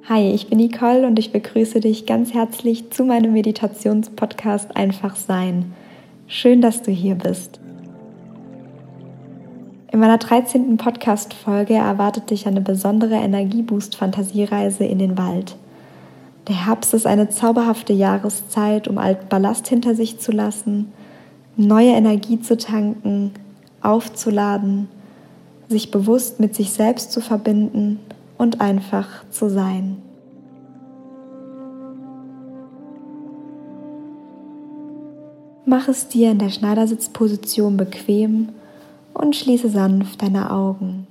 Hi, ich bin Nicole und ich begrüße dich ganz herzlich zu meinem Meditationspodcast Einfach Sein. Schön, dass du hier bist. In meiner 13. Podcast-Folge erwartet dich eine besondere Energieboost-Fantasiereise in den Wald. Der Herbst ist eine zauberhafte Jahreszeit, um alten Ballast hinter sich zu lassen, neue Energie zu tanken, aufzuladen, sich bewusst mit sich selbst zu verbinden und einfach zu sein. Mach es dir in der Schneidersitzposition bequem und schließe sanft deine Augen.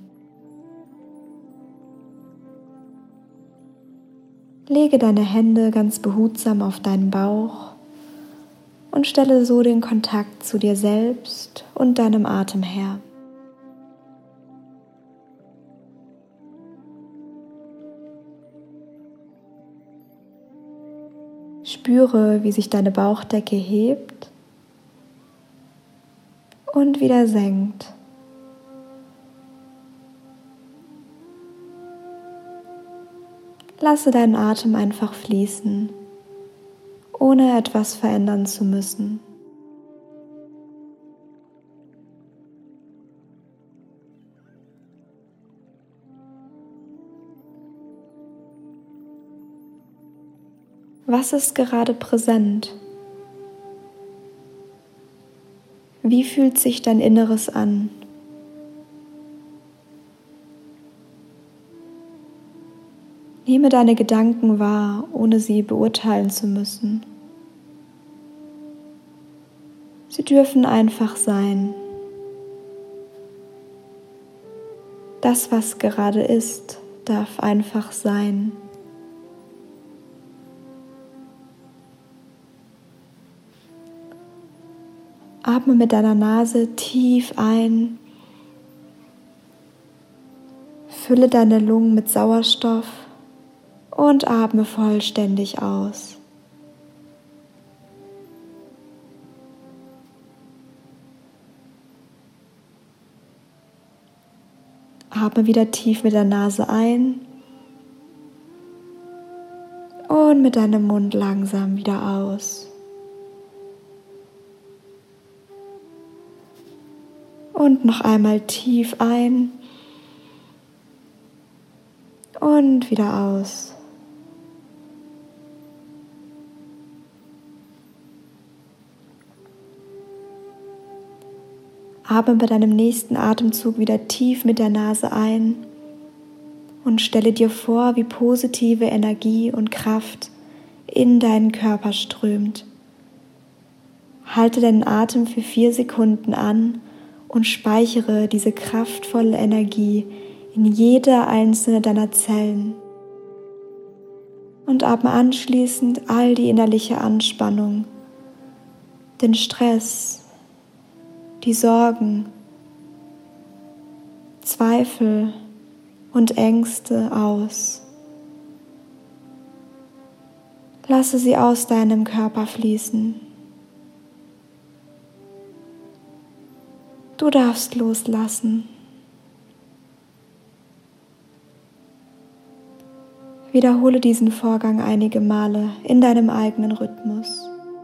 Lege deine Hände ganz behutsam auf deinen Bauch und stelle so den Kontakt zu dir selbst und deinem Atem her. Spüre, wie sich deine Bauchdecke hebt und wieder senkt. Lasse deinen Atem einfach fließen, ohne etwas verändern zu müssen. Was ist gerade präsent? Wie fühlt sich dein Inneres an? Nehme deine Gedanken wahr, ohne sie beurteilen zu müssen. Sie dürfen einfach sein. Das, was gerade ist, darf einfach sein. Atme mit deiner Nase tief ein, fülle deine Lungen mit Sauerstoff und atme vollständig aus. Atme wieder tief mit der Nase ein und mit deinem Mund langsam wieder aus. Und noch einmal tief ein und wieder aus. Atme bei deinem nächsten Atemzug wieder tief mit der Nase ein und stelle dir vor, wie positive Energie und Kraft in deinen Körper strömt. Halte deinen Atem für 4 Sekunden an und speichere diese kraftvolle Energie in jede einzelne deiner Zellen. Und atme anschließend all die innerliche Anspannung, den Stress, die Sorgen, Zweifel und Ängste aus. Lasse sie aus deinem Körper fließen. Du darfst loslassen. Wiederhole diesen Vorgang einige Male in deinem eigenen Rhythmus.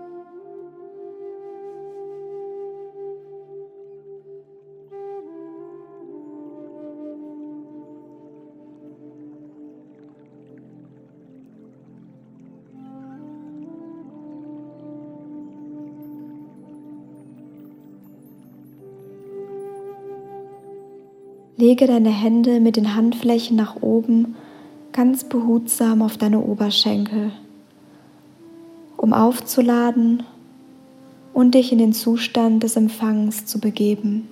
Lege deine Hände mit den Handflächen nach oben ganz behutsam auf deine Oberschenkel, um aufzuladen und dich in den Zustand des Empfangens zu begeben.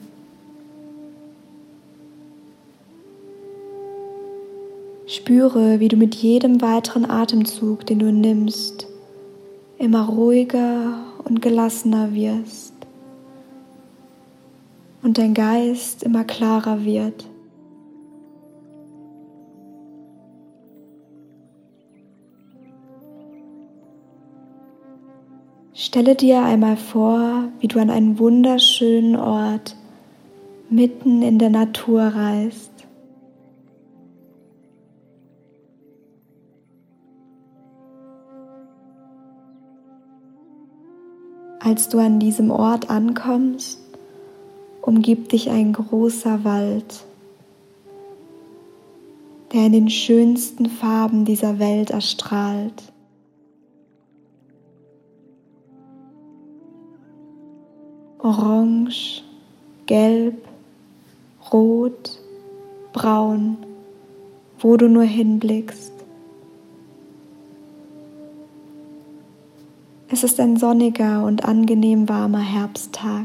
Spüre, wie du mit jedem weiteren Atemzug, den du nimmst, immer ruhiger und gelassener wirst und dein Geist immer klarer wird. Stelle dir einmal vor, wie du an einen wunderschönen Ort mitten in der Natur reist. Als du an diesem Ort ankommst, umgibt dich ein großer Wald, der in den schönsten Farben dieser Welt erstrahlt. Orange, Gelb, Rot, Braun, wo du nur hinblickst. Es ist ein sonniger und angenehm warmer Herbsttag.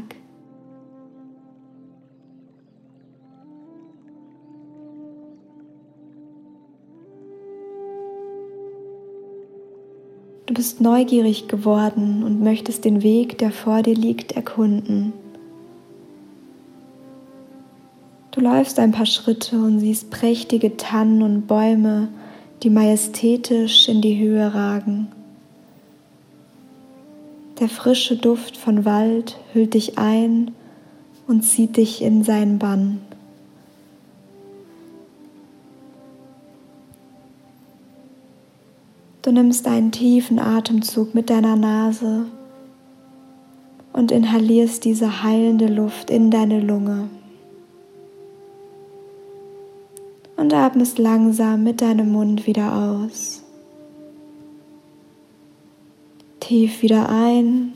Du bist neugierig geworden und möchtest den Weg, der vor dir liegt, erkunden. Du läufst ein paar Schritte und siehst prächtige Tannen und Bäume, die majestätisch in die Höhe ragen. Der frische Duft von Wald hüllt dich ein und zieht dich in seinen Bann. Du nimmst einen tiefen Atemzug mit deiner Nase und inhalierst diese heilende Luft in deine Lunge. Und atmest langsam mit deinem Mund wieder aus. Tief wieder ein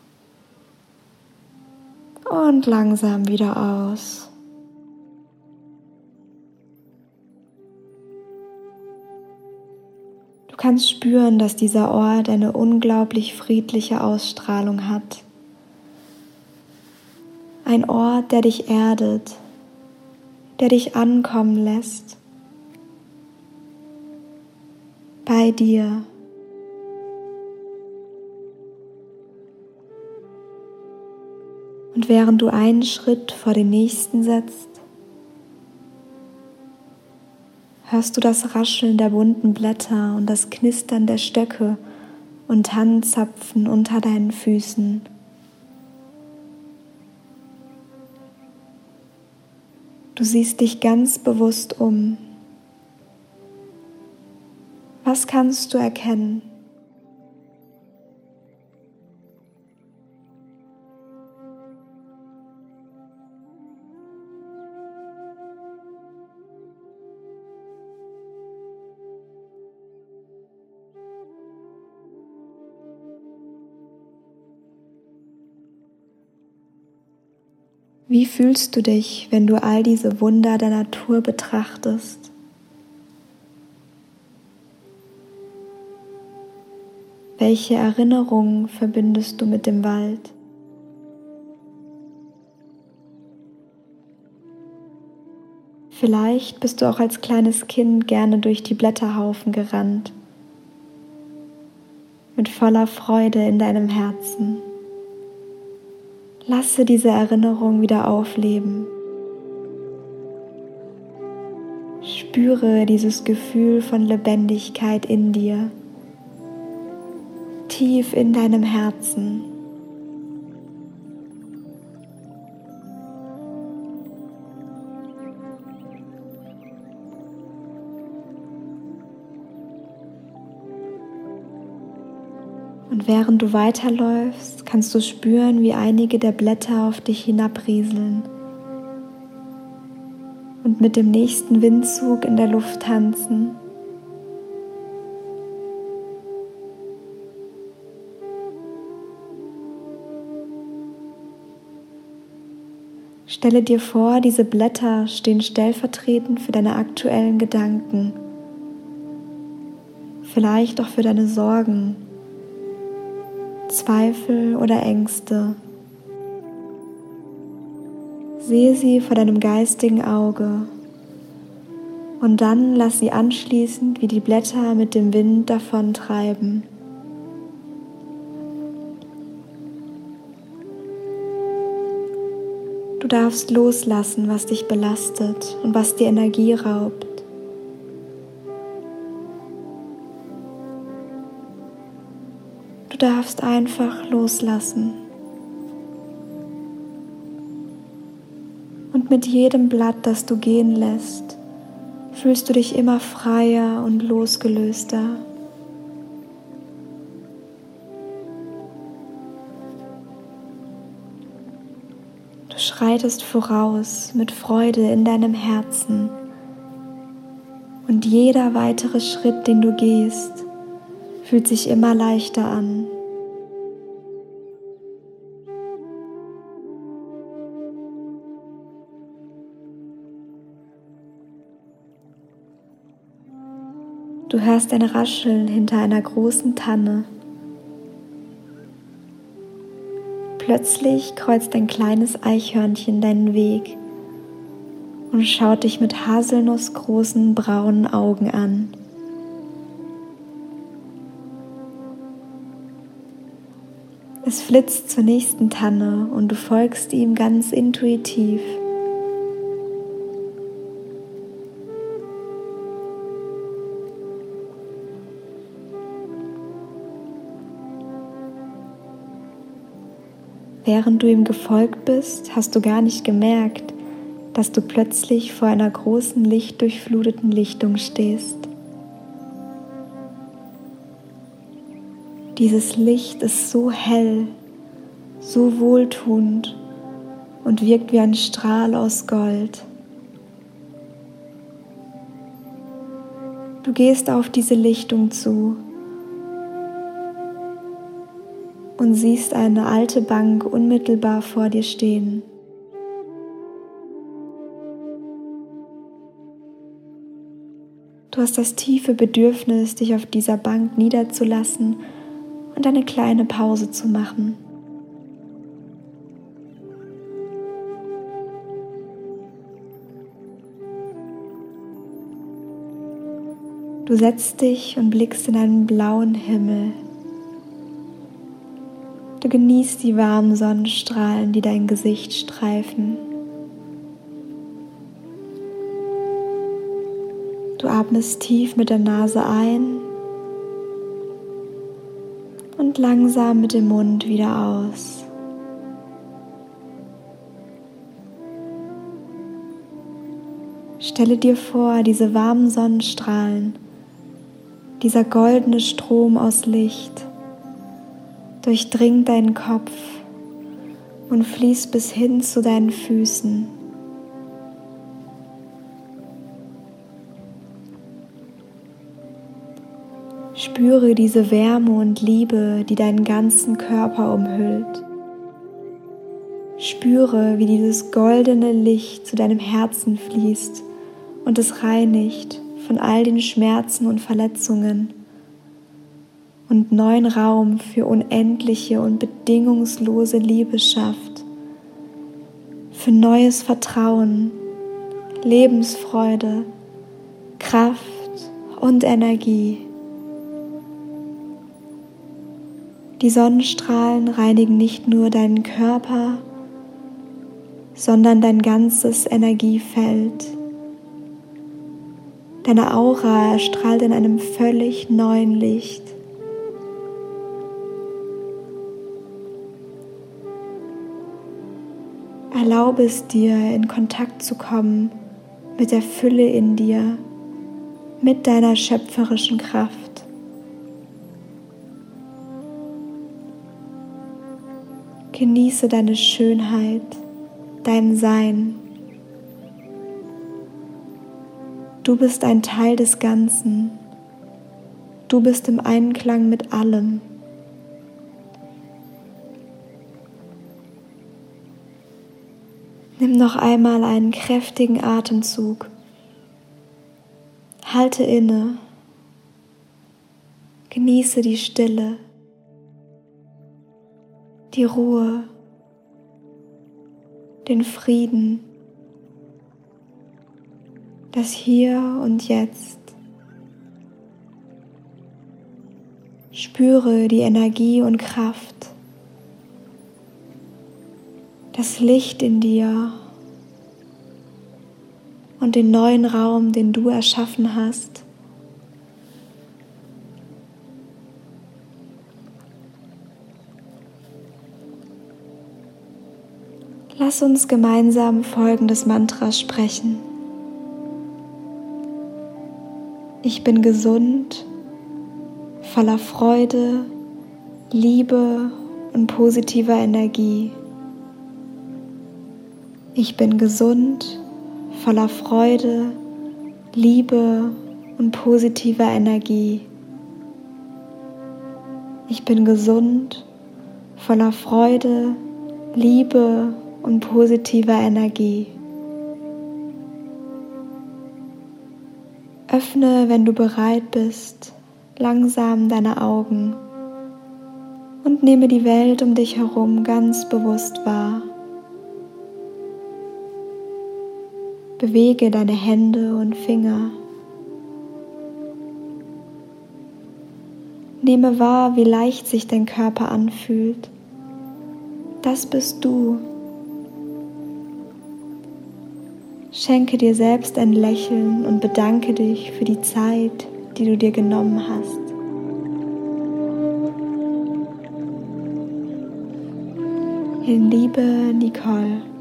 und langsam wieder aus. Du kannst spüren, dass dieser Ort eine unglaublich friedliche Ausstrahlung hat. Ein Ort, der dich erdet, der dich ankommen lässt. Bei dir. Und während du einen Schritt vor den nächsten setzt, hörst du das Rascheln der bunten Blätter und das Knistern der Stöcke und Tannenzapfen unter deinen Füßen. Du siehst dich ganz bewusst um. Was kannst du erkennen? Wie fühlst du dich, wenn du all diese Wunder der Natur betrachtest? Welche Erinnerungen verbindest du mit dem Wald? Vielleicht bist du auch als kleines Kind gerne durch die Blätterhaufen gerannt, mit voller Freude in deinem Herzen. Lasse diese Erinnerung wieder aufleben. Spüre dieses Gefühl von Lebendigkeit in dir, tief in deinem Herzen. Und während du weiterläufst, kannst du spüren, wie einige der Blätter auf dich hinabrieseln und mit dem nächsten Windzug in der Luft tanzen. Stelle dir vor, diese Blätter stehen stellvertretend für deine aktuellen Gedanken, vielleicht auch für deine Sorgen, Zweifel oder Ängste. Sehe sie vor deinem geistigen Auge und dann lass sie anschließend wie die Blätter mit dem Wind davontreiben. Du darfst loslassen, was dich belastet und was dir Energie raubt. Du darfst einfach loslassen. Und mit jedem Blatt, das du gehen lässt, fühlst du dich immer freier und losgelöster. schreitest voraus mit Freude in deinem Herzen. Und jeder weitere Schritt, den du gehst, fühlt sich immer leichter an. Du hörst ein Rascheln hinter einer großen Tanne. Plötzlich kreuzt ein kleines Eichhörnchen deinen Weg und schaut dich mit haselnussgroßen braunen Augen an. Es flitzt zur nächsten Tanne und du folgst ihm ganz intuitiv. Während du ihm gefolgt bist, hast du gar nicht gemerkt, dass du plötzlich vor einer großen lichtdurchfluteten Lichtung stehst. Dieses Licht ist so hell, so wohltuend und wirkt wie ein Strahl aus Gold. Du gehst auf diese Lichtung zu und siehst eine alte Bank unmittelbar vor dir stehen. Du hast das tiefe Bedürfnis, dich auf dieser Bank niederzulassen und eine kleine Pause zu machen. Du setzt dich und blickst in einen blauen Himmel. Du genießt die warmen Sonnenstrahlen, die dein Gesicht streifen. Du atmest tief mit der Nase ein und langsam mit dem Mund wieder aus. Stelle dir vor, diese warmen Sonnenstrahlen, dieser goldene Strom aus Licht durchdringt deinen Kopf und fließt bis hin zu deinen Füßen. Spüre diese Wärme und Liebe, die deinen ganzen Körper umhüllt. Spüre, wie dieses goldene Licht zu deinem Herzen fließt und es reinigt von all den Schmerzen und Verletzungen und neuen Raum für unendliche und bedingungslose Liebe schafft, für neues Vertrauen, Lebensfreude, Kraft und Energie. Die Sonnenstrahlen reinigen nicht nur deinen Körper, sondern dein ganzes Energiefeld. Deine Aura erstrahlt in einem völlig neuen Licht. Erlaube es dir, in Kontakt zu kommen mit der Fülle in dir, mit deiner schöpferischen Kraft. Genieße deine Schönheit, dein Sein. Du bist ein Teil des Ganzen. Du bist im Einklang mit allem. Nimm noch einmal einen kräftigen Atemzug. Halte inne. Genieße die Stille, die Ruhe, den Frieden, das Hier und Jetzt. Spüre die Energie und Kraft, das Licht in dir und den neuen Raum, den du erschaffen hast. Lass uns gemeinsam folgendes Mantra sprechen. Ich bin gesund, voller Freude, Liebe und positiver Energie. Ich bin gesund, voller Freude, Liebe und positiver Energie. Ich bin gesund, voller Freude, Liebe und positiver Energie. Öffne, wenn du bereit bist, langsam deine Augen und nehme die Welt um dich herum ganz bewusst wahr. Bewege deine Hände und Finger. Nehme wahr, wie leicht sich dein Körper anfühlt. Das bist du. Schenke dir selbst ein Lächeln und bedanke dich für die Zeit, die du dir genommen hast. In Liebe, Nicole.